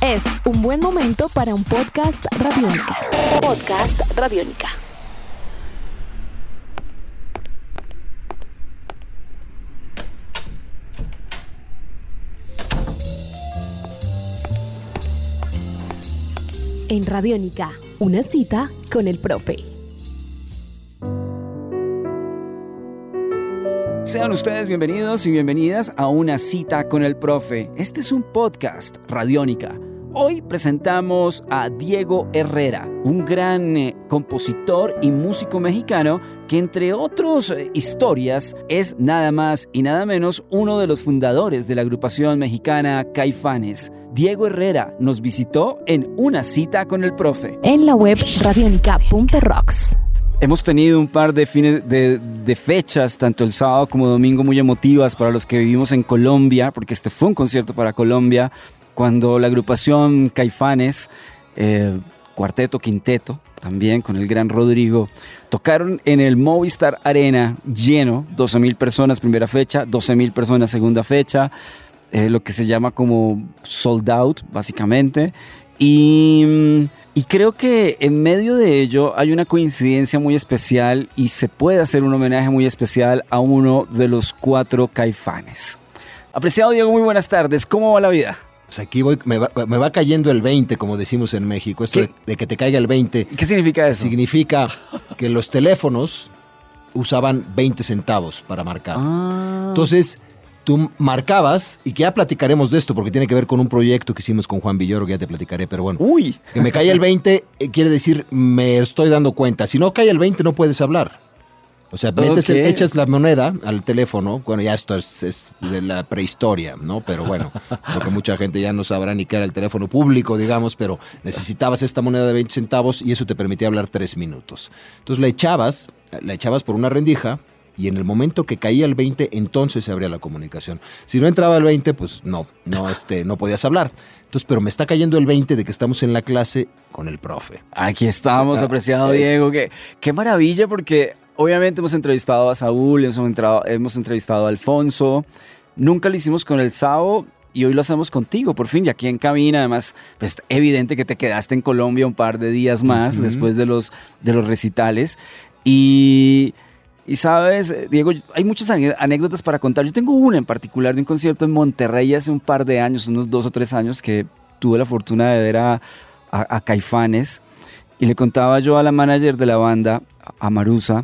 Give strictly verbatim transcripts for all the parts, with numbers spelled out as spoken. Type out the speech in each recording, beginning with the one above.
Es un buen momento para un podcast Radiónica. Podcast Radiónica. En Radiónica, una cita con el profe. Sean ustedes bienvenidos y bienvenidas a Una cita con el profe. Este es un podcast Radiónica. Hoy presentamos a Diego Herrera, un gran eh, compositor y músico mexicano que, entre otras eh, historias, es nada más y nada menos uno de los fundadores de la agrupación mexicana Caifanes. Diego Herrera nos visitó en Una cita con el profe. En la web radionica punto rocks. Hemos tenido un par de, fines, de, de fechas, tanto el sábado como domingo, muy emotivas para los que vivimos en Colombia, porque este fue un concierto para Colombia, cuando la agrupación Caifanes, eh, cuarteto, quinteto, también con el gran Rodrigo, tocaron en el Movistar Arena lleno, doce mil personas primera fecha, doce mil personas segunda fecha, eh, lo que se llama como sold out, básicamente, y... Y creo que en medio de ello hay una coincidencia muy especial y se puede hacer un homenaje muy especial a uno de los cuatro Caifanes. Apreciado Diego, muy buenas tardes. ¿Cómo va la vida? Pues aquí voy, me va, me va cayendo el veinte, como decimos en México. Esto de, de que te caiga el veinte. ¿Qué significa eso? Significa que los teléfonos usaban veinte centavos para marcar. Ah. Entonces... tú marcabas, y que ya platicaremos de esto porque tiene que ver con un proyecto que hicimos con Juan Villoro, que ya te platicaré, pero bueno. Uy. Que me cae el veinte, eh, quiere decir, me estoy dando cuenta. Si no cae el veinte, no puedes hablar. O sea, metes Okay. el, echas la moneda al teléfono. Bueno, ya esto es, es de la prehistoria, ¿no? Pero bueno, porque mucha gente ya no sabrá ni qué era el teléfono público, digamos, pero necesitabas esta moneda de veinte centavos y eso te permitía hablar tres minutos. Entonces la echabas, la echabas por una rendija, y en el momento que caía el veinte, entonces se abría la comunicación. Si no entraba el veinte, pues no, no, este, no podías hablar. Entonces, pero me está cayendo el veinte de que estamos en la clase con el profe. Aquí estamos, apreciado Diego. Qué, qué maravilla, porque obviamente hemos entrevistado a Saúl, hemos, entrado, hemos entrevistado a Alfonso. Nunca lo hicimos con el Sabo y hoy lo hacemos contigo, por fin, y aquí en cabina. Además, pues evidente que te quedaste en Colombia un par de días más, uh-huh, después de los, de los recitales. Y... Y sabes, Diego, hay muchas anécdotas para contar. Yo tengo una en particular de un concierto en Monterrey hace un par de años, unos dos o tres años, que tuve la fortuna de ver a, a, a Caifanes. Y le contaba yo a la manager de la banda, a Marusa,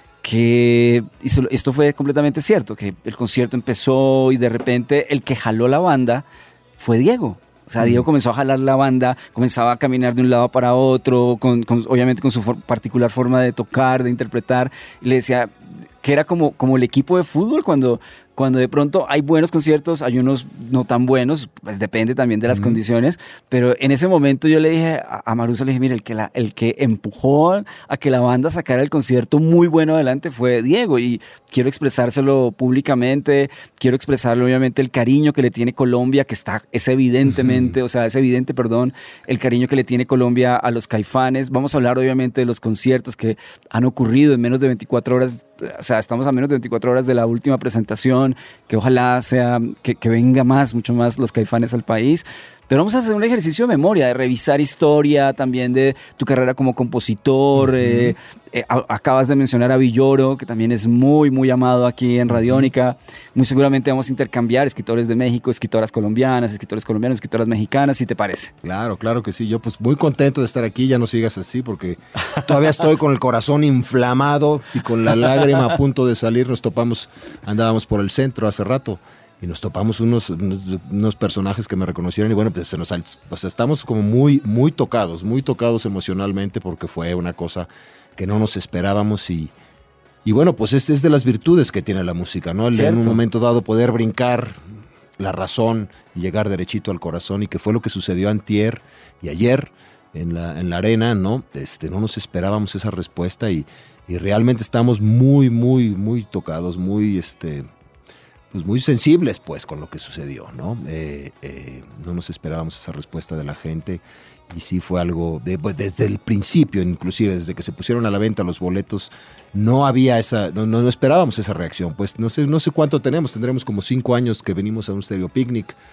que hizo, esto fue completamente cierto, que el concierto empezó y de repente el que jaló la banda fue Diego. O sea, Diego comenzó a jalar la banda, comenzaba a caminar de un lado para otro, con, con, obviamente con su for- particular forma de tocar, de interpretar. Y le decía que era como, como el equipo de fútbol cuando, cuando de pronto hay buenos conciertos, hay unos no tan buenos, pues depende también de las uh-huh. condiciones. Pero en ese momento yo le dije a, a Marusa, le dije, mire, el que, la, el que empujó a que la banda sacara el concierto muy bueno adelante fue Diego. Y quiero expresárselo públicamente, quiero expresarle obviamente el cariño que le tiene Colombia, que está, es evidentemente, uh-huh. o sea, es evidente, perdón, el cariño que le tiene Colombia a los Caifanes. Vamos a hablar obviamente de los conciertos que han ocurrido en menos de veinticuatro horas, o sea, estamos a menos de veinticuatro horas de la última presentación, que ojalá sea, que, que venga más, mucho más los Caifanes al país. Pero vamos a hacer un ejercicio de memoria, de revisar historia también de tu carrera como compositor. Uh-huh. eh, eh, a, acabas de mencionar a Villoro, que también es muy, muy amado aquí en Radiónica. Muy seguramente vamos a intercambiar escritores de México, escritoras colombianas, escritores colombianos, escritoras mexicanas, si te parece. Claro, claro que sí. Yo pues muy contento de estar aquí. Ya no sigas así porque todavía estoy con el corazón inflamado y con la lágrima a punto de salir. Nos topamos, andábamos por el centro hace rato. Y nos topamos unos, unos, unos personajes que me reconocieron y bueno, pues, se nos, pues estamos como muy, muy tocados, muy tocados emocionalmente porque fue una cosa que no nos esperábamos y, y bueno, pues es, es de las virtudes que tiene la música, ¿no? El, en un momento dado poder brincar la razón y llegar derechito al corazón y que fue lo que sucedió antier y ayer en la, en la arena, ¿no? Este, no nos esperábamos esa respuesta y, y realmente estamos muy, muy, muy tocados, muy... este pues muy sensibles pues con lo que sucedió, ¿no? Eh, eh, no nos esperábamos esa respuesta de la gente y sí fue algo, de, pues desde el principio, inclusive desde que se pusieron a la venta los boletos, no había esa, no, no esperábamos esa reacción, pues no sé, no sé cuánto tenemos, tendremos como cinco años que venimos a un Stereo Picnic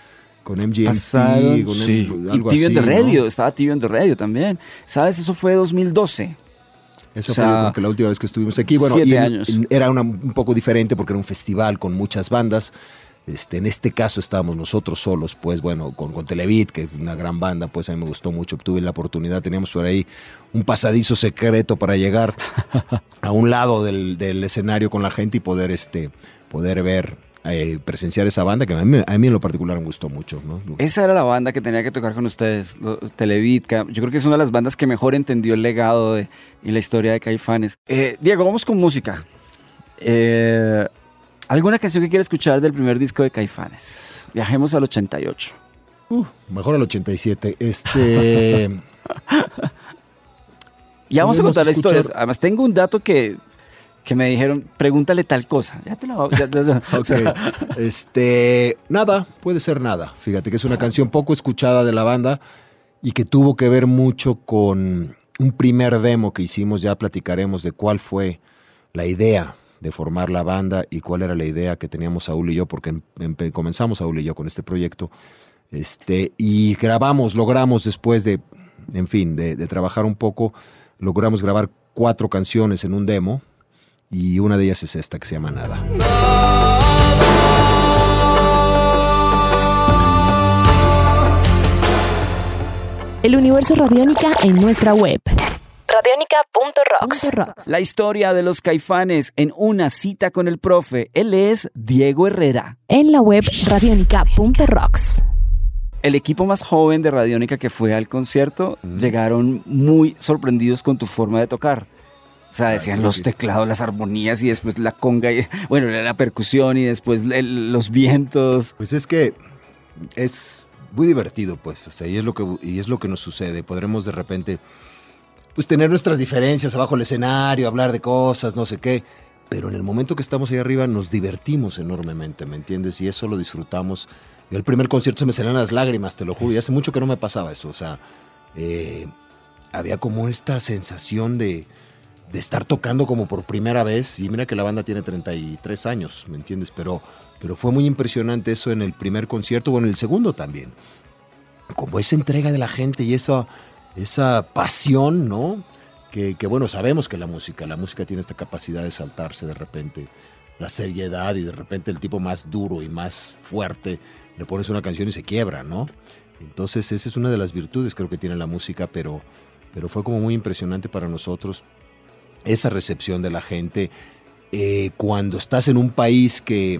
con M G M T, Pasaron, con sí. el- Y algo T V así, on the Radio, ¿no? estaba T V on the Radio también. ¿Sabes? Eso fue dos mil doce. Esa O fue sea, yo creo que la última vez que estuvimos aquí. Bueno, siete y en- años. en- era una- un poco diferente porque era un festival con muchas bandas. Este, en este caso estábamos nosotros solos, pues bueno, con, con Televit, que es una gran banda, pues a mí me gustó mucho. Tuve la oportunidad, teníamos por ahí un pasadizo secreto para llegar a un lado del, del escenario con la gente y poder, este, poder ver, eh, presenciar esa banda que a mí, a mí en lo particular me gustó mucho, ¿no? Esa era la banda que tenía que tocar con ustedes, lo- Televit. que Yo creo que es una de las bandas que mejor entendió el legado de- y la historia de Caifanes. Eh, Diego, vamos con música. Eh, ¿Alguna canción que quiera escuchar del primer disco de Caifanes? Viajemos al ochenta y ocho. Uh, mejor al ochenta y siete. Este... Ya vamos a Podemos contar la historia. escuchar- Además, tengo un dato que, que me dijeron, pregúntale tal cosa. Ya te lo ya, ya- o sea, Ok. Este, nada, puede ser nada. Fíjate que es una canción poco escuchada de la banda y que tuvo que ver mucho con un primer demo que hicimos. Ya platicaremos de cuál fue la idea de formar la banda y cuál era la idea que teníamos Saúl y yo, porque em- em- comenzamos Saúl y yo con este proyecto. Este, y grabamos, logramos después de, en fin, de, de trabajar un poco, logramos grabar cuatro canciones en un demo y una de ellas es esta que se llama Nada. El universo Radiónica en nuestra web. Radiónica punto rocks. la historia de los Caifanes en una cita con el profe. Él es Diego Herrera. En la web radiónica punto rocks. El equipo más joven de Radiónica que fue al concierto llegaron muy sorprendidos con tu forma de tocar. O sea, decían pues los sí. teclados, las armonías y después la conga, y, bueno, la percusión y después el- los vientos. Pues es que es muy divertido, pues, o sea, y es lo que, y es lo que nos sucede. Podremos de repente, pues, tener nuestras diferencias abajo del escenario, hablar de cosas, no sé qué, pero en el momento que estamos ahí arriba nos divertimos enormemente, ¿me entiendes? Y eso lo disfrutamos. Yo el primer concierto se me salían las lágrimas, te lo juro, y hace mucho que no me pasaba eso, o sea, eh, había como esta sensación de, de estar tocando como por primera vez, y mira que la banda tiene treinta y tres años, ¿me entiendes? Pero, pero fue muy impresionante eso en el primer concierto, o en el segundo también. Como esa entrega de la gente y esa, esa pasión, ¿no? Que, que bueno, sabemos que la música, la música tiene esta capacidad de saltarse de repente la seriedad y de repente el tipo más duro y más fuerte le pones una canción y se quiebra, ¿no? Entonces esa es una de las virtudes creo que tiene la música, pero, pero fue como muy impresionante para nosotros esa recepción de la gente eh, cuando estás en un país que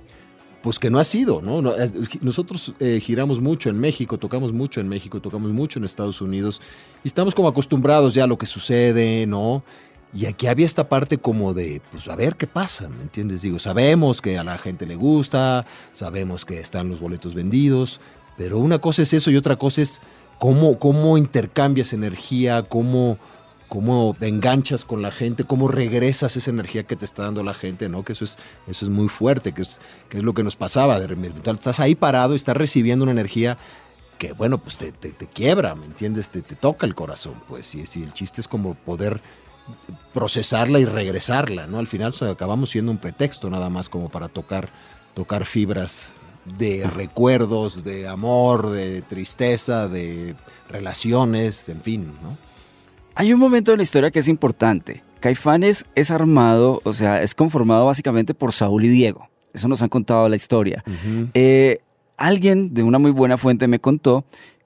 pues que no ha sido, ¿no? No, eh, nosotros eh, giramos mucho en México, tocamos mucho en México, tocamos mucho en Estados Unidos y estamos como acostumbrados ya a lo que sucede, ¿no? Y aquí había esta parte como de, pues a ver qué pasa, ¿me entiendes? Digo, sabemos que a la gente le gusta, sabemos que están los boletos vendidos, pero una cosa es eso y otra cosa es cómo, cómo intercambias energía, cómo, cómo te enganchas con la gente, cómo regresas esa energía que te está dando la gente, ¿no? Que eso es, eso es muy fuerte, que es, que es lo que nos pasaba. De repente estás ahí parado y estás recibiendo una energía que, bueno, pues te, te, te quiebra, ¿me entiendes? Te, te toca el corazón, pues, y, y el chiste es como poder procesarla y regresarla, ¿no? Al final o sea, acabamos siendo un pretexto nada más como para tocar, tocar fibras de recuerdos, de amor, de tristeza, de relaciones, en fin, ¿no? Hay un momento de la historia que es importante. Caifanes es armado, o sea, es conformado básicamente por Saúl y Diego. Eso nos han contado la historia. Uh-huh. Eh, alguien de una muy buena fuente me contó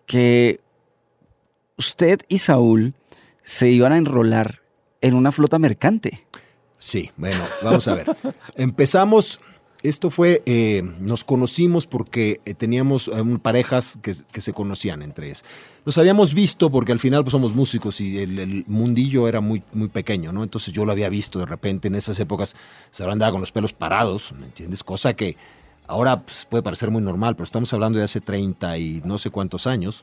que usted y Saúl se iban a enrolar en una flota mercante. Sí, bueno, vamos a ver. Empezamos, esto fue, eh, nos conocimos porque eh, teníamos eh, parejas que, que se conocían entre ellas. Nos habíamos visto porque al final pues, somos músicos y el, el mundillo era muy, muy pequeño, ¿no? Entonces yo lo había visto de repente en esas épocas, se andaba con los pelos parados, ¿me entiendes? Cosa que ahora pues, puede parecer muy normal, pero estamos hablando de hace treinta y no sé cuántos años.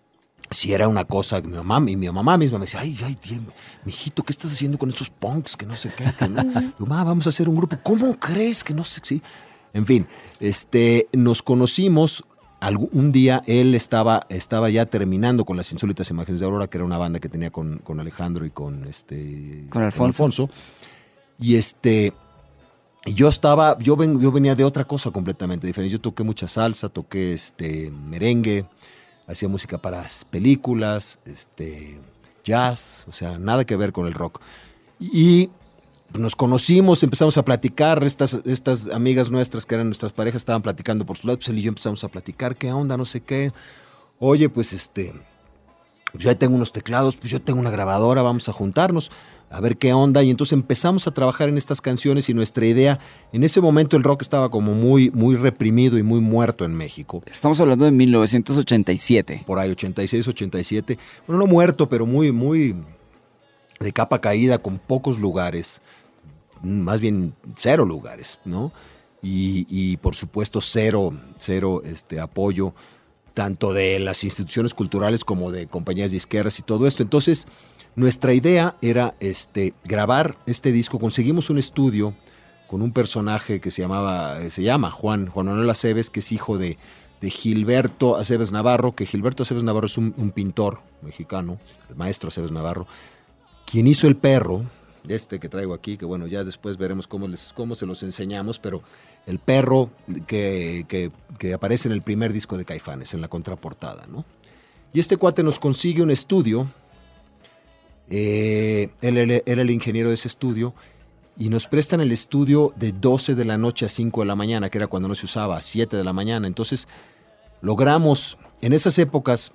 Si era una cosa que mi mamá, y mi mamá misma me decía, ay, ay, Dios, mijito, ¿qué estás haciendo con esos punks? Que no sé qué. Que no. Digo, mamá, vamos a hacer un grupo. ¿Cómo crees que no sé? Sí. En fin, este, nos conocimos. Algún, un día él estaba, estaba ya terminando con las Insólitas Imágenes de Aurora, que era una banda que tenía con, con Alejandro y con, este, Con Alfonso. con Alfonso. Y este... Y yo estaba, yo, ven, yo venía de otra cosa completamente diferente. Yo toqué mucha salsa, toqué este, merengue, hacía música para películas, este, jazz, o sea, nada que ver con el rock. Y nos conocimos, empezamos a platicar, estas, estas amigas nuestras que eran nuestras parejas estaban platicando por su lado, pues él y yo empezamos a platicar, qué onda, no sé qué. Oye, pues este, yo ya tengo unos teclados, pues yo tengo una grabadora, vamos a juntarnos a ver qué onda. Y entonces empezamos a trabajar en estas canciones y nuestra idea, en ese momento el rock estaba como muy, muy reprimido y muy muerto en México. Estamos hablando de mil novecientos ochenta y siete. Por ahí, ochenta y seis, ochenta y siete. Bueno, no muerto, pero muy, muy de capa caída, con pocos lugares, más bien cero lugares, ¿no? Y, y por supuesto cero, cero este, apoyo, tanto de las instituciones culturales como de compañías disqueras y todo esto. Entonces, nuestra idea era este, grabar este disco. Conseguimos un estudio con un personaje que se llamaba, se llama Juan, Juan Manuel Aceves, que es hijo de, de Gilberto Aceves Navarro, que Gilberto Aceves Navarro es un, un pintor mexicano, el maestro Aceves Navarro, quien hizo El Perro, este que traigo aquí, que bueno, ya después veremos cómo, les, cómo se los enseñamos, pero El Perro que, que, que aparece en el primer disco de Caifanes, en la contraportada, ¿no? Y este cuate nos consigue un estudio, eh, él, él era el ingeniero de ese estudio, y nos prestan el estudio de doce de la noche a cinco de la mañana, que era cuando no se usaba, a siete de la mañana. Entonces logramos, en esas épocas,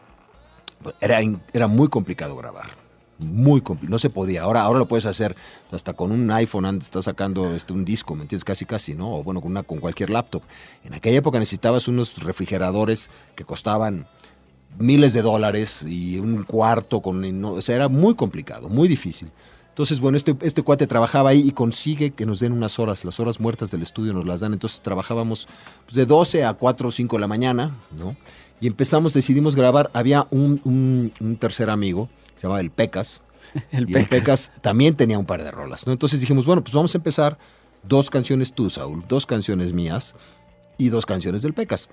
era, era muy complicado grabar. Muy complicado, no se podía. Ahora, ahora lo puedes hacer hasta con un iPhone, antes estás sacando este, un disco, ¿me entiendes? Casi, casi, ¿no? O bueno, con, una, con cualquier laptop. En aquella época necesitabas unos refrigeradores que costaban miles de dólares y un cuarto, con, no, o sea, era muy complicado, muy difícil. Entonces, bueno, este, este cuate trabajaba ahí y consigue que nos den unas horas, las horas muertas del estudio nos las dan. Entonces trabajábamos pues, de doce a cuatro o cinco de la mañana, ¿no? Y empezamos, decidimos grabar. Había un, un, un tercer amigo, se llamaba El Pecas. El y Pecas. El Pecas también tenía un par de rolas, ¿no? Entonces dijimos, bueno, pues vamos a empezar dos canciones tú, Saúl, dos canciones mías y dos canciones del Pecas.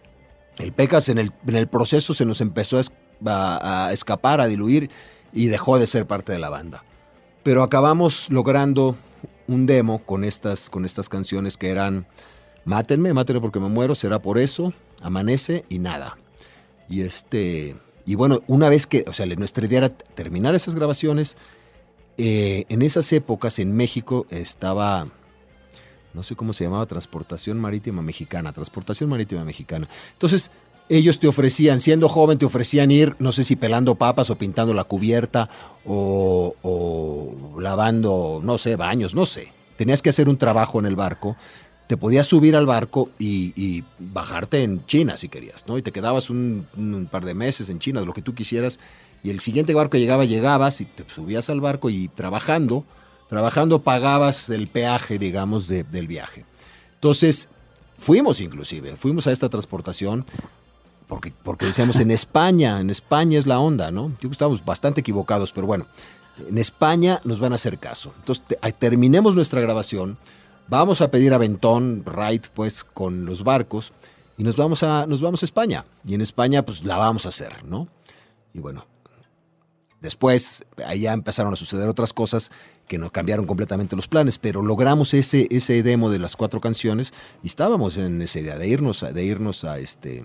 El Pecas en el, en el proceso se nos empezó a, es, a, a escapar, a diluir y dejó de ser parte de la banda. Pero acabamos logrando un demo con estas, con estas canciones que eran Mátenme, Mátenme porque me muero, Será por eso, Amanece y Nada. Y este... Y bueno, una vez que, o sea, nuestra idea era terminar esas grabaciones, eh, en esas épocas en México estaba, no sé cómo se llamaba, Transportación Marítima Mexicana, Transportación Marítima Mexicana. Entonces, ellos te ofrecían, siendo joven, te ofrecían ir, no sé si pelando papas o pintando la cubierta o, o lavando, no sé, baños, no sé. Tenías que hacer un trabajo en el barco. Te podías subir al barco y, y bajarte en China si querías, ¿no? Y te quedabas un, un par de meses en China, lo que tú quisieras. Y el siguiente barco que llegaba, llegabas y te subías al barco y trabajando, trabajando pagabas el peaje, digamos, de, del viaje. Entonces, fuimos inclusive, fuimos a esta transportación porque, porque decíamos, en España, en España es la onda, ¿no? Yo creo que estábamos bastante equivocados, pero bueno, en España nos van a hacer caso. Entonces, te, terminemos nuestra grabación. Vamos a pedir aventón, ride, pues, con los barcos y nos vamos a, nos vamos a España. Y en España, pues, la vamos a hacer, ¿no? Y bueno, después, allá empezaron a suceder otras cosas que nos cambiaron completamente los planes, pero logramos ese, ese demo de las cuatro canciones y estábamos en esa idea de irnos a, de irnos a, este,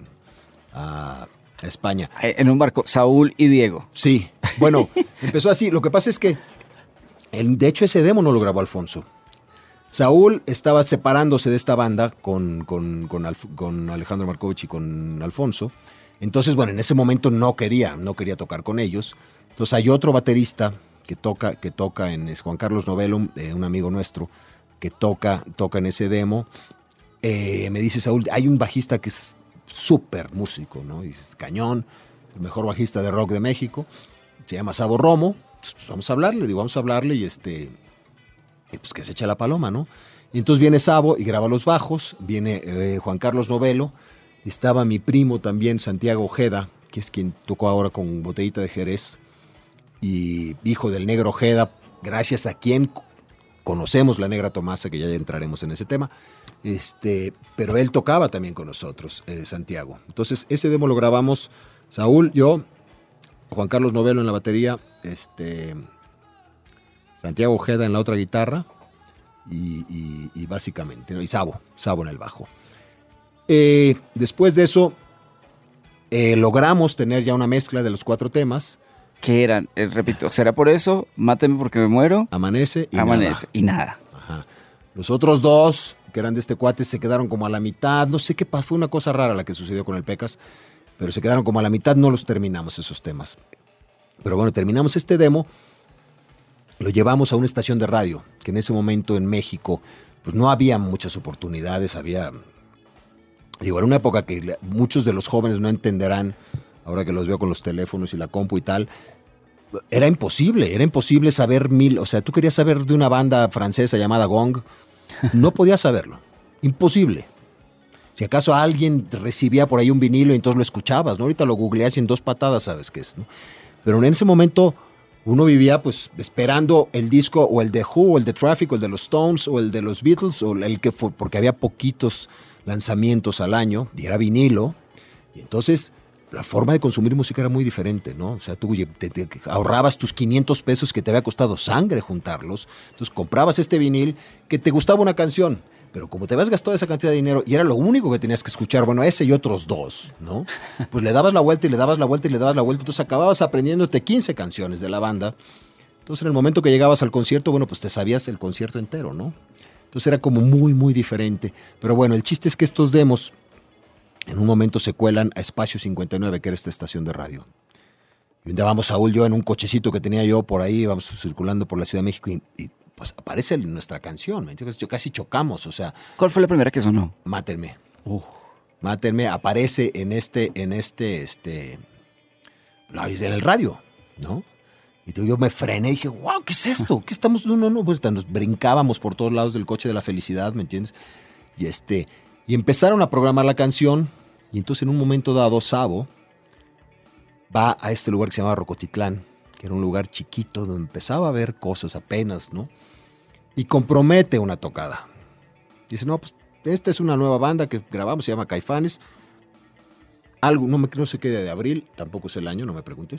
a, a España. En un barco, Saúl y Diego. Sí, bueno, empezó así. Lo que pasa es que, el, de hecho, ese demo no lo grabó Alfonso. Saúl estaba separándose de esta banda con, con, con, Alf, con Alejandro Markovich y con Alfonso. Entonces, bueno, en ese momento no quería, no quería tocar con ellos. Entonces hay otro baterista que toca, que toca en, es Juan Carlos Novello, eh, un amigo nuestro, que toca, toca en ese demo. Eh, me dice Saúl, hay un bajista que es súper músico, ¿no? Y es cañón, el mejor bajista de rock de México. Se llama Sabo Romo. Entonces, pues vamos a hablarle, digo, vamos a hablarle y este... Y pues que se echa la paloma, ¿no? Y entonces viene Sabo y graba los bajos, viene eh, Juan Carlos Novello, estaba mi primo también, Santiago Ojeda, que es quien tocó ahora con Botellita de Jerez, y hijo del Negro Ojeda, gracias a quien conocemos la Negra Tomasa, que ya entraremos en ese tema, este, pero él tocaba también con nosotros, eh, Santiago. Entonces ese demo lo grabamos Saúl, yo, Juan Carlos Novello en la batería, este... Santiago Ojeda en la otra guitarra y, y, y básicamente, ¿no? Y Sabo, Sabo en el bajo. Eh, después de eso, eh, logramos tener ya una mezcla de los cuatro temas. ¿Qué eran? Eh, repito, ¿será por eso? Máteme porque me muero. Amanece y Amanece nada. y nada. Ajá. Los otros dos, que eran de este cuate, se quedaron como a la mitad. No sé qué pasó, fue una cosa rara la que sucedió con el Pecas, pero se quedaron como a la mitad, no los terminamos esos temas. Pero bueno, terminamos este demo, lo llevamos a una estación de radio, que en ese momento en México pues no había muchas oportunidades, había... Digo, era una época que muchos de los jóvenes no entenderán, ahora que los veo con los teléfonos y la compu y tal, era imposible, era imposible saber mil, o sea, tú querías saber de una banda francesa llamada Gong, no podías saberlo, imposible. Si acaso alguien recibía por ahí un vinilo y entonces lo escuchabas, ¿no? Ahorita lo googleas y en dos patadas sabes qué es, ¿no? Pero en ese momento uno vivía pues esperando el disco o el de Who, o el de Traffic, o el de los Stones, o el de los Beatles, o el que fue, porque había poquitos lanzamientos al año, y era vinilo, y entonces la forma de consumir música era muy diferente, ¿no? O sea, tú te, te ahorrabas tus quinientos pesos que te había costado sangre juntarlos, entonces comprabas este vinil que te gustaba una canción, pero como te habías gastado esa cantidad de dinero y era lo único que tenías que escuchar, bueno, ese y otros dos, ¿no? Pues le dabas la vuelta y le dabas la vuelta y le dabas la vuelta, entonces acababas aprendiéndote quince canciones de la banda. Entonces en el momento que llegabas al concierto, bueno, pues te sabías el concierto entero, ¿no? Entonces era como muy, muy diferente. Pero bueno, el chiste es que estos demos en un momento se cuelan a Espacio cincuenta y nueve, que era esta estación de radio. Y un día vamos, Saúl, yo en un cochecito que tenía yo por ahí, vamos circulando por la Ciudad de México y, y pues aparece nuestra canción, ¿me entiendes? Casi chocamos, o sea... ¿Cuál fue la primera que sonó? Mátenme. Uh. Mátenme, aparece en este, en este, este... en el radio, ¿no? Y yo me frené y dije, wow, ¿qué es esto? ¿Qué estamos...? No, no, no, pues nos brincábamos por todos lados del coche de la felicidad, ¿me entiendes? Y este... Y empezaron a programar la canción, y entonces en un momento dado, Sabo va a este lugar que se llamaba Rocotitlán, que era un lugar chiquito donde empezaba a ver cosas apenas, ¿no? Y compromete una tocada. Dice, no, pues esta es una nueva banda que grabamos, se llama Caifanes. Algo, no, me, no sé qué día de abril, tampoco es el año, no me preguntes.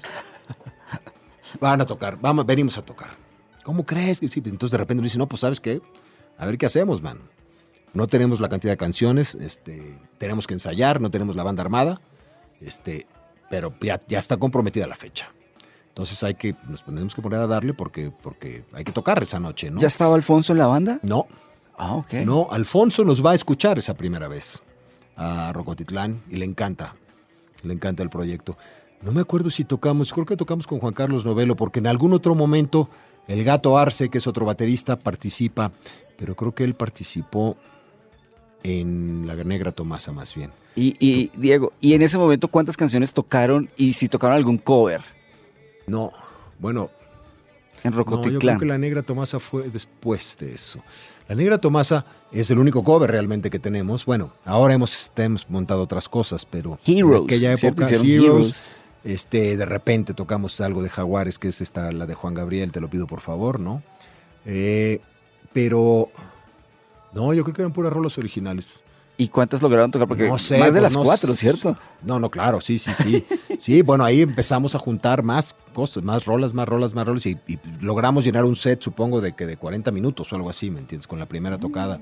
Van a tocar, vamos, venimos a tocar. ¿Cómo crees? Sí, entonces de repente dice, no, pues ¿sabes qué? A ver qué hacemos, man. No tenemos la cantidad de canciones, este, tenemos que ensayar, no tenemos la banda armada, este, pero ya, ya está comprometida la fecha. Entonces hay que, nos tenemos que poner a darle porque, porque hay que tocar esa noche, ¿no? ¿Ya estaba Alfonso en la banda? No. Ah, ok. No, Alfonso nos va a escuchar esa primera vez a Rocotitlán y le encanta, le encanta el proyecto. No me acuerdo si tocamos, creo que tocamos con Juan Carlos Novelo, porque en algún otro momento el Gato Arce, que es otro baterista, participa, pero creo que él participó en La Negra Tomasa más bien. Y, y Diego, ¿y en ese momento cuántas canciones tocaron y si tocaron algún cover? No, bueno, en no, Rocotitlán. yo creo que La Negra Tomasa fue después de eso. La Negra Tomasa es el único cover realmente que tenemos. Bueno, ahora hemos, hemos montado otras cosas, pero Heroes, en aquella ¿cierto? época, Hicieron Heroes, Heroes. Este, de repente tocamos algo de Jaguares, que es esta, la de Juan Gabriel, Te lo pido por favor, ¿no? Eh, pero, no, yo creo que eran puras rolas originales. ¿Y cuántas lograron tocar? Porque no sé, más de pues las no cuatro, s- ¿cierto? No, no, claro, sí, sí, sí. Sí, bueno, ahí empezamos a juntar más cosas, más rolas, más rolas, más rolas, y, y logramos llenar un set, supongo, de que de cuarenta minutos o algo así, ¿me entiendes? Con la primera tocada.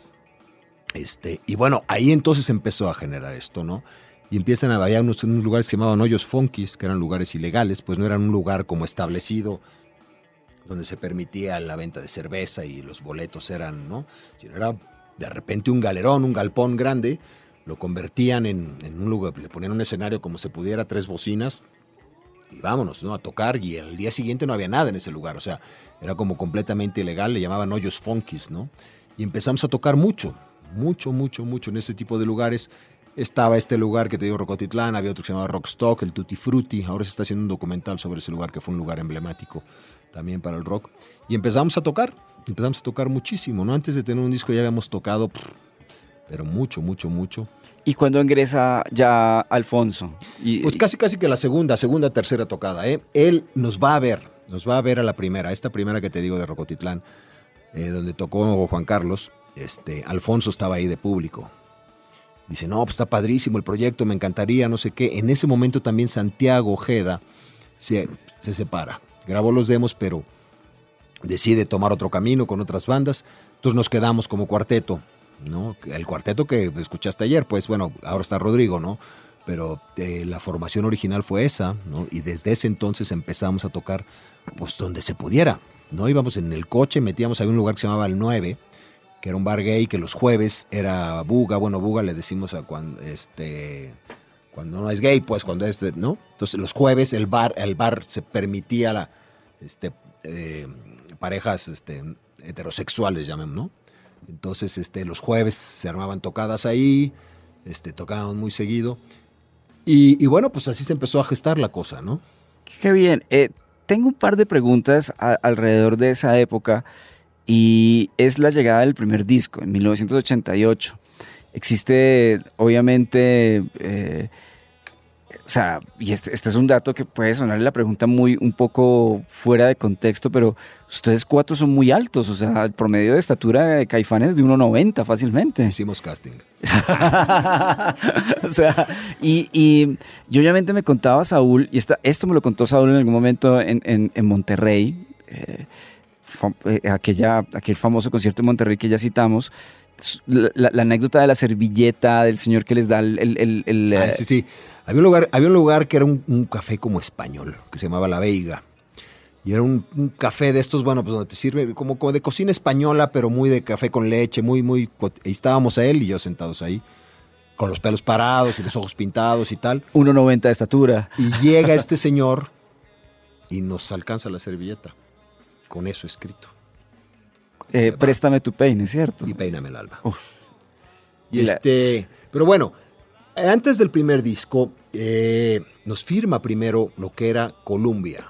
Este, y bueno, ahí entonces empezó a generar esto, ¿no? Y empiezan a haber unos, unos lugares que se llamaban hoyos funkis, que eran lugares ilegales, pues no eran un lugar como establecido donde se permitía la venta de cerveza y los boletos eran, ¿no? Sino era de repente un galerón, un galpón grande, lo convertían en, en un lugar, le ponían un escenario como se pudiera, tres bocinas, y vámonos, ¿no? A tocar, y el día siguiente no había nada en ese lugar, o sea, era como completamente ilegal, le llamaban hoyos funkis, ¿no? Y empezamos a tocar mucho, mucho, mucho, mucho en este tipo de lugares. Estaba este lugar que te digo, Rocotitlán, había otro que se llamaba Rockstock, el Tutti Frutti, ahora se está haciendo un documental sobre ese lugar, que fue un lugar emblemático también para el rock, y empezamos a tocar, empezamos a tocar muchísimo, ¿no? Antes de tener un disco ya habíamos tocado, pero mucho, mucho, mucho. ¿Y cuándo ingresa ya Alfonso? Y, Pues casi, casi que la segunda, segunda, tercera tocada, ¿eh? Él nos va a ver, nos va a ver a la primera, esta primera que te digo de Rocotitlán, eh, donde tocó Juan Carlos, este, Alfonso estaba ahí de público. Dice, no, pues está padrísimo el proyecto, me encantaría, no sé qué. En ese momento también Santiago Ojeda se, se separa. Grabó los demos, pero decide tomar otro camino con otras bandas, entonces nos quedamos como cuarteto, ¿no? El cuarteto que escuchaste ayer, pues bueno, ahora está Rodrigo, ¿no? Pero eh, la formación original fue esa, ¿no? Y desde ese entonces empezamos a tocar pues donde se pudiera, ¿no? Íbamos en el coche, metíamos a un lugar que se llamaba El nueve, que era un bar gay, que los jueves era buga, bueno, buga le decimos a cuando, este, cuando no es gay, pues cuando es, ¿no? Entonces los jueves el bar, el bar se permitía la, este, eh, parejas este, heterosexuales, llamen, ¿no? Entonces este, los jueves se armaban tocadas ahí, este, tocábamos muy seguido. Y, y bueno, pues así se empezó a gestar la cosa, ¿no? Qué bien. Eh, tengo un par de preguntas a, alrededor de esa época y es la llegada del primer disco en mil novecientos ochenta y ocho. Existe, obviamente, eh, o sea, y este, este es un dato que puede sonarle la pregunta muy un poco fuera de contexto, pero ustedes cuatro son muy altos, o sea, el promedio de estatura de Caifanes es de uno noventa fácilmente. Hicimos casting. O sea, y, y yo obviamente me contaba Saúl, y esta, esto me lo contó Saúl en algún momento en, en, en Monterrey, eh, fam, eh, aquella, aquel famoso concierto en Monterrey que ya citamos, la, la, la anécdota de la servilleta del señor que les da el... el, el, el ah, sí, sí. Había un lugar, había un lugar que era un, un café como español, que se llamaba La Veiga. Y era un, un café de estos, bueno, pues donde te sirve como, como de cocina española, pero muy de café con leche, muy, muy... Y estábamos a él y yo sentados ahí, con los pelos parados y los ojos pintados y tal. uno noventa de estatura. Y llega este señor y nos alcanza la servilleta, con eso escrito. Eh, O sea, préstame tu peine, ¿cierto? Y peíname el alma. Uf. Y Y la- este, pero bueno, antes del primer disco, eh, nos firma primero lo que era Columbia.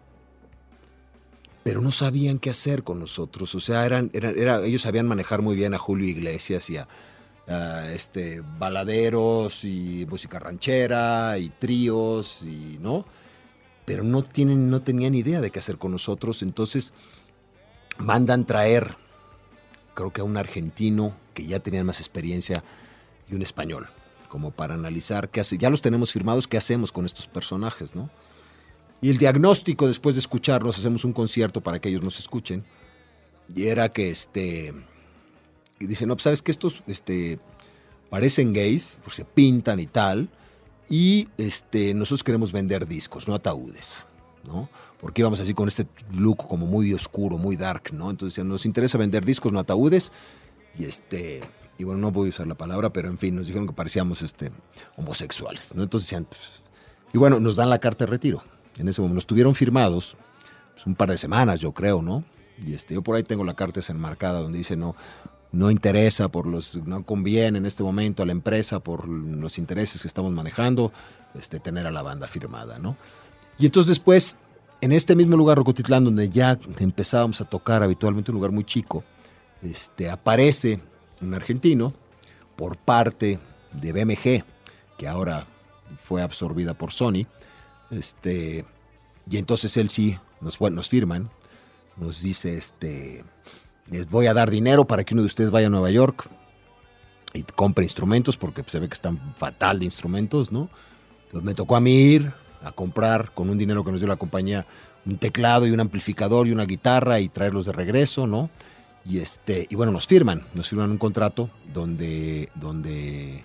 Pero no sabían qué hacer con nosotros. O sea, eran, eran, era, ellos sabían manejar muy bien a Julio Iglesias y a, a, este, baladeros y música ranchera y tríos, y, ¿no? Pero no, tienen, no tenían idea de qué hacer con nosotros. Entonces mandan traer, creo que a un argentino que ya tenían más experiencia y un español, como para analizar qué hace. Ya los tenemos firmados, qué hacemos con estos personajes, ¿no? Y el diagnóstico, después de escucharlos, hacemos un concierto para que ellos nos escuchen. Y era que, este, y dicen, no, pues, ¿sabes qué? Estos, este, parecen gays, pues se pintan y tal, y, este, nosotros queremos vender discos, no ataúdes, ¿no? Porque íbamos así con este look como muy oscuro, muy dark, ¿no? Entonces decían, nos interesa vender discos, no ataúdes, y este, y bueno, no voy a usar la palabra, pero en fin, nos dijeron que parecíamos, este, homosexuales, ¿no? Entonces decían, pues, y bueno, nos dan la carta de retiro. En ese momento nos tuvieron firmados pues, un par de semanas, yo creo, ¿no? Y este, yo por ahí tengo la carta esa enmarcada donde dice no, no interesa por los, no conviene en este momento a la empresa por los intereses que estamos manejando, este, tener a la banda firmada, ¿no? Y entonces después, en este mismo lugar, Rocotitlán, donde ya empezábamos a tocar habitualmente, un lugar muy chico, este, aparece un argentino por parte de B M G, que ahora fue absorbida por Sony. Este, y entonces él sí, nos, fue, nos firman, nos dice, este, les voy a dar dinero para que uno de ustedes vaya a Nueva York y compre instrumentos, porque se ve que están fatal de instrumentos, ¿no? Entonces me tocó a mí ir a comprar con un dinero que nos dio la compañía un teclado y un amplificador y una guitarra y traerlos de regreso, ¿no? Y, este, y bueno, nos firman, nos firman un contrato donde... donde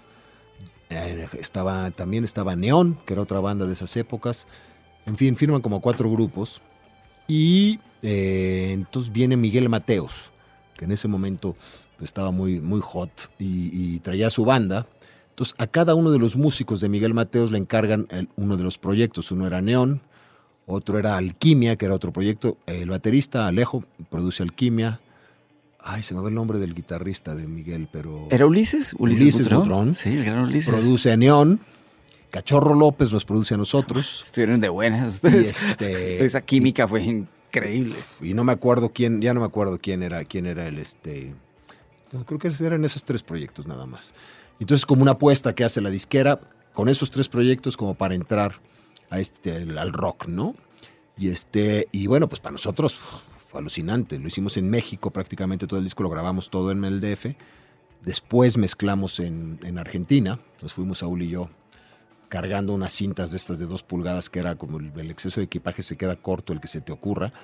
Estaba, también estaba Neón, que era otra banda de esas épocas. En fin, firman como cuatro grupos. Y eh, entonces viene Miguel Mateos, que en ese momento pues, estaba muy, muy hot y, y traía su banda. Entonces a cada uno de los músicos de Miguel Mateos le encargan el, uno de los proyectos. Uno era Neón, otro era Alquimia, que era otro proyecto. El baterista Alejo produce Alquimia. Ay, se me va el nombre del guitarrista de Miguel, pero... ¿Era Ulises? Ulises, Ulises Butrón. Butrón. Sí, el gran Ulises. Produce a Neón. Cachorro López nos produce a nosotros. Estuvieron de buenas. Y este, Esa química y, fue increíble. Y no me acuerdo quién, ya no me acuerdo quién era, quién era el este. No, creo que eran esos tres proyectos nada más. Entonces, como una apuesta que hace la disquera con esos tres proyectos como para entrar a este, al rock, ¿no? Y este, y bueno, pues para nosotros fue alucinante. Lo hicimos en México prácticamente todo el disco, lo grabamos todo en el D F. Después mezclamos en, en Argentina. Nos fuimos Saúl y yo cargando unas cintas de estas de dos pulgadas que era como el, el exceso de equipaje se queda corto, el que se te ocurra.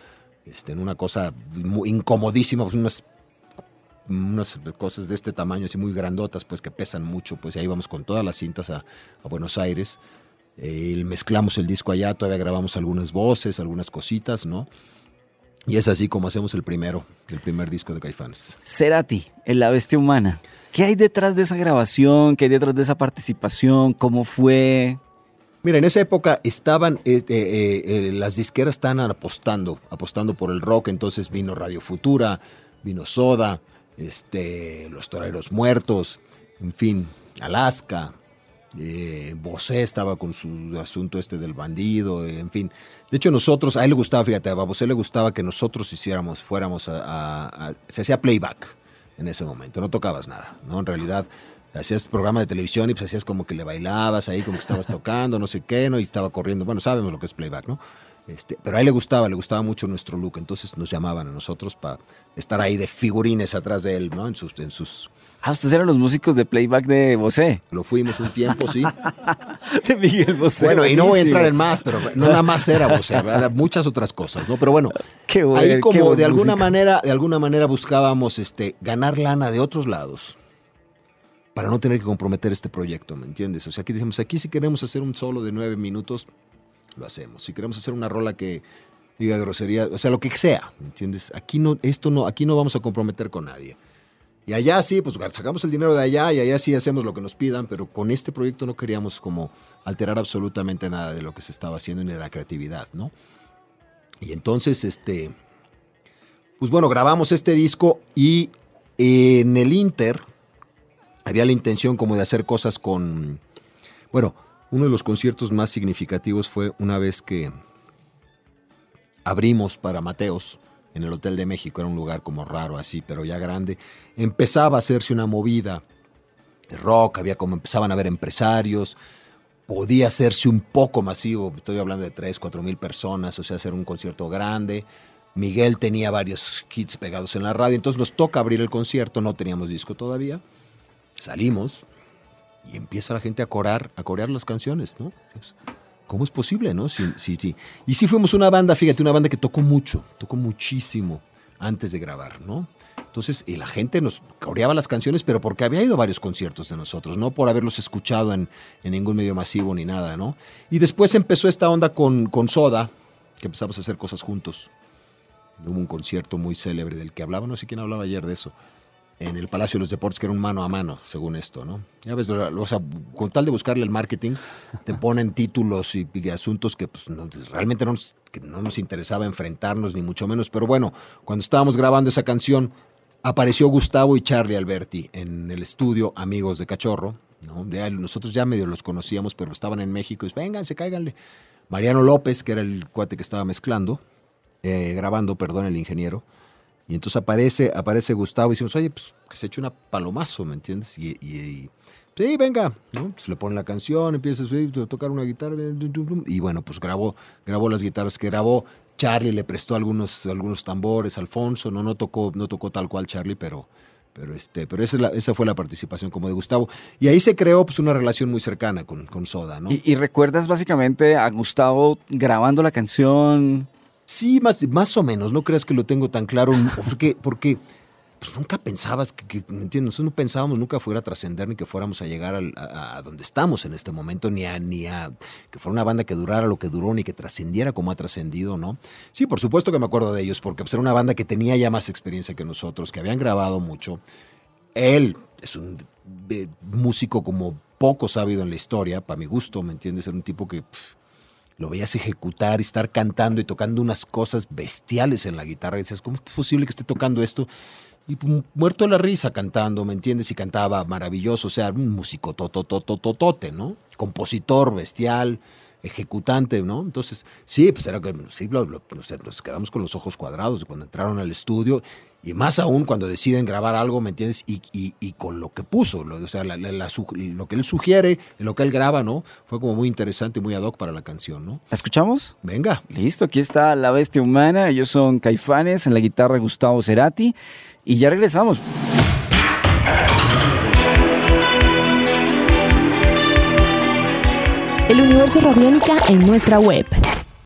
este, en una cosa muy incomodísima, pues unas, unas cosas de este tamaño, así muy grandotas, pues que pesan mucho, pues ahí íbamos con todas las cintas a, a Buenos Aires. Eh, mezclamos el disco allá, todavía grabamos algunas voces, algunas cositas, ¿no? Y es así como hacemos el primero, el primer disco de Caifanes. Cerati, en La Bestia Humana. ¿Qué hay detrás de esa grabación? ¿Qué hay detrás de esa participación? ¿Cómo fue? Mira, en esa época estaban, eh, eh, eh, las disqueras estaban apostando, apostando por el rock, entonces vino Radio Futura, vino Soda, este, Los Toreros Muertos, en fin, Alaska, eh, Bosé estaba con su asunto este del bandido, eh, en fin. De hecho, nosotros, a él le gustaba, fíjate, a Bosé le gustaba que nosotros hiciéramos, fuéramos a, a, a se hacía playback en ese momento, no tocabas nada, ¿no? En realidad hacías programa de televisión y pues hacías como que le bailabas ahí, como que estabas tocando, no sé qué, ¿no? Y estaba corriendo, bueno, sabemos lo que es playback, ¿no? Este, pero a él le gustaba, le gustaba mucho nuestro look, entonces nos llamaban a nosotros para estar ahí de figurines atrás de él, ¿no? En sus, en sus... Ah, ustedes eran los músicos de playback de Bosé. Lo fuimos un tiempo, sí. De Miguel Bosé. Bueno, buenísimo. Y no voy a entrar en más, pero no nada más era Bosé, eran muchas otras cosas, ¿no? Pero bueno, qué buen, ahí como qué de alguna música. manera, de alguna manera buscábamos este, ganar lana de otros lados para no tener que comprometer este proyecto, ¿me entiendes? O sea, aquí dijimos, aquí si queremos hacer un solo de nueve minutos, lo hacemos. Si queremos hacer una rola que diga grosería, o sea, lo que sea, ¿me entiendes? Aquí no, esto no, aquí no vamos a comprometer con nadie. Y allá sí, pues sacamos el dinero de allá y allá sí hacemos lo que nos pidan, pero con este proyecto no queríamos como alterar absolutamente nada de lo que se estaba haciendo ni de la creatividad, ¿no? Y entonces, este, pues bueno, grabamos este disco y en el Inter había la intención como de hacer cosas con, bueno, uno de los conciertos más significativos fue una vez que abrimos para Mateos en el Hotel de México, era un lugar como raro así, pero ya grande. Empezaba a hacerse una movida de rock, había como empezaban a haber empresarios, podía hacerse un poco masivo, estoy hablando de tres, cuatro mil personas, o sea, hacer un concierto grande. Miguel tenía varios hits pegados en la radio, entonces nos toca abrir el concierto, no teníamos disco todavía, salimos y empieza la gente a corar, a corear las canciones, ¿no? ¿Cómo es posible, no? Sí, sí, sí. Y sí fuimos una banda, fíjate, una banda que tocó mucho, tocó muchísimo antes de grabar, ¿no? Entonces, y la gente nos coreaba las canciones, pero porque había ido a varios conciertos de nosotros, no por haberlos escuchado en, en ningún medio masivo ni nada, ¿no? Y después empezó esta onda con, con Soda, que empezamos a hacer cosas juntos. Hubo un concierto muy célebre del que hablaba, no sé quién hablaba ayer de eso, en el Palacio de los Deportes, que era un mano a mano, según esto, ¿no? Ya ves, o sea, con tal de buscarle el marketing, te ponen títulos y, y asuntos que pues, no, realmente no nos, que no nos interesaba enfrentarnos, ni mucho menos. Pero bueno, cuando estábamos grabando esa canción, apareció Gustavo y Charlie Alberti en el estudio, amigos de Cachorro, ¿no? Ya, nosotros ya medio los conocíamos, pero estaban en México, y vénganse, cáiganle. Mariano López, que era el cuate que estaba mezclando, eh, grabando, perdón, el ingeniero. Y entonces aparece, aparece Gustavo y decimos, oye, pues que se eche una palomazo, ¿me entiendes? Y, y, y sí, venga, ¿no? Pues le ponen la canción, empiezas a tocar una guitarra, y bueno, pues grabó, grabó las guitarras que grabó. Charlie le prestó algunos, algunos tambores, Alfonso, no, no tocó, no tocó tal cual Charlie, pero, pero este, pero esa, es la, esa fue la participación como de Gustavo. Y ahí se creó pues una relación muy cercana con, con Soda, ¿no? ¿Y, y recuerdas básicamente a Gustavo grabando la canción? Sí, más, más o menos, no creas que lo tengo tan claro, porque, porque pues nunca pensabas, que, que, ¿me entiendes? Nosotros no pensábamos nunca fuera a trascender ni que fuéramos a llegar al, a, a donde estamos en este momento, ni a, ni a que fuera una banda que durara lo que duró, ni que trascendiera como ha trascendido, ¿no? Sí, por supuesto que me acuerdo de ellos, porque pues, era una banda que tenía ya más experiencia que nosotros, que habían grabado mucho. Él es un eh, músico como poco sabido en la historia, para mi gusto, ¿me entiendes? Era un tipo que... Pff, lo veías ejecutar y estar cantando y tocando unas cosas bestiales en la guitarra. Y decías, ¿cómo es posible que esté tocando esto? Y muerto de la risa cantando, ¿me entiendes? Y cantaba maravilloso. O sea, un músico tototototote, ¿no? Compositor bestial, ejecutante, ¿no? Entonces, sí, pues era que sí, lo, lo, o sea, nos quedamos con los ojos cuadrados cuando entraron al estudio. Y más aún cuando deciden grabar algo, ¿me entiendes? Y, y, y con lo que puso, lo, o sea, la, la, la, lo que él sugiere, lo que él graba, ¿no? Fue como muy interesante y muy ad hoc para la canción, ¿no? ¿La escuchamos? Venga. Listo, aquí está La Bestia Humana. Ellos son Caifanes, en la guitarra Gustavo Cerati. Y ya regresamos. El Universo Radiónica en nuestra web.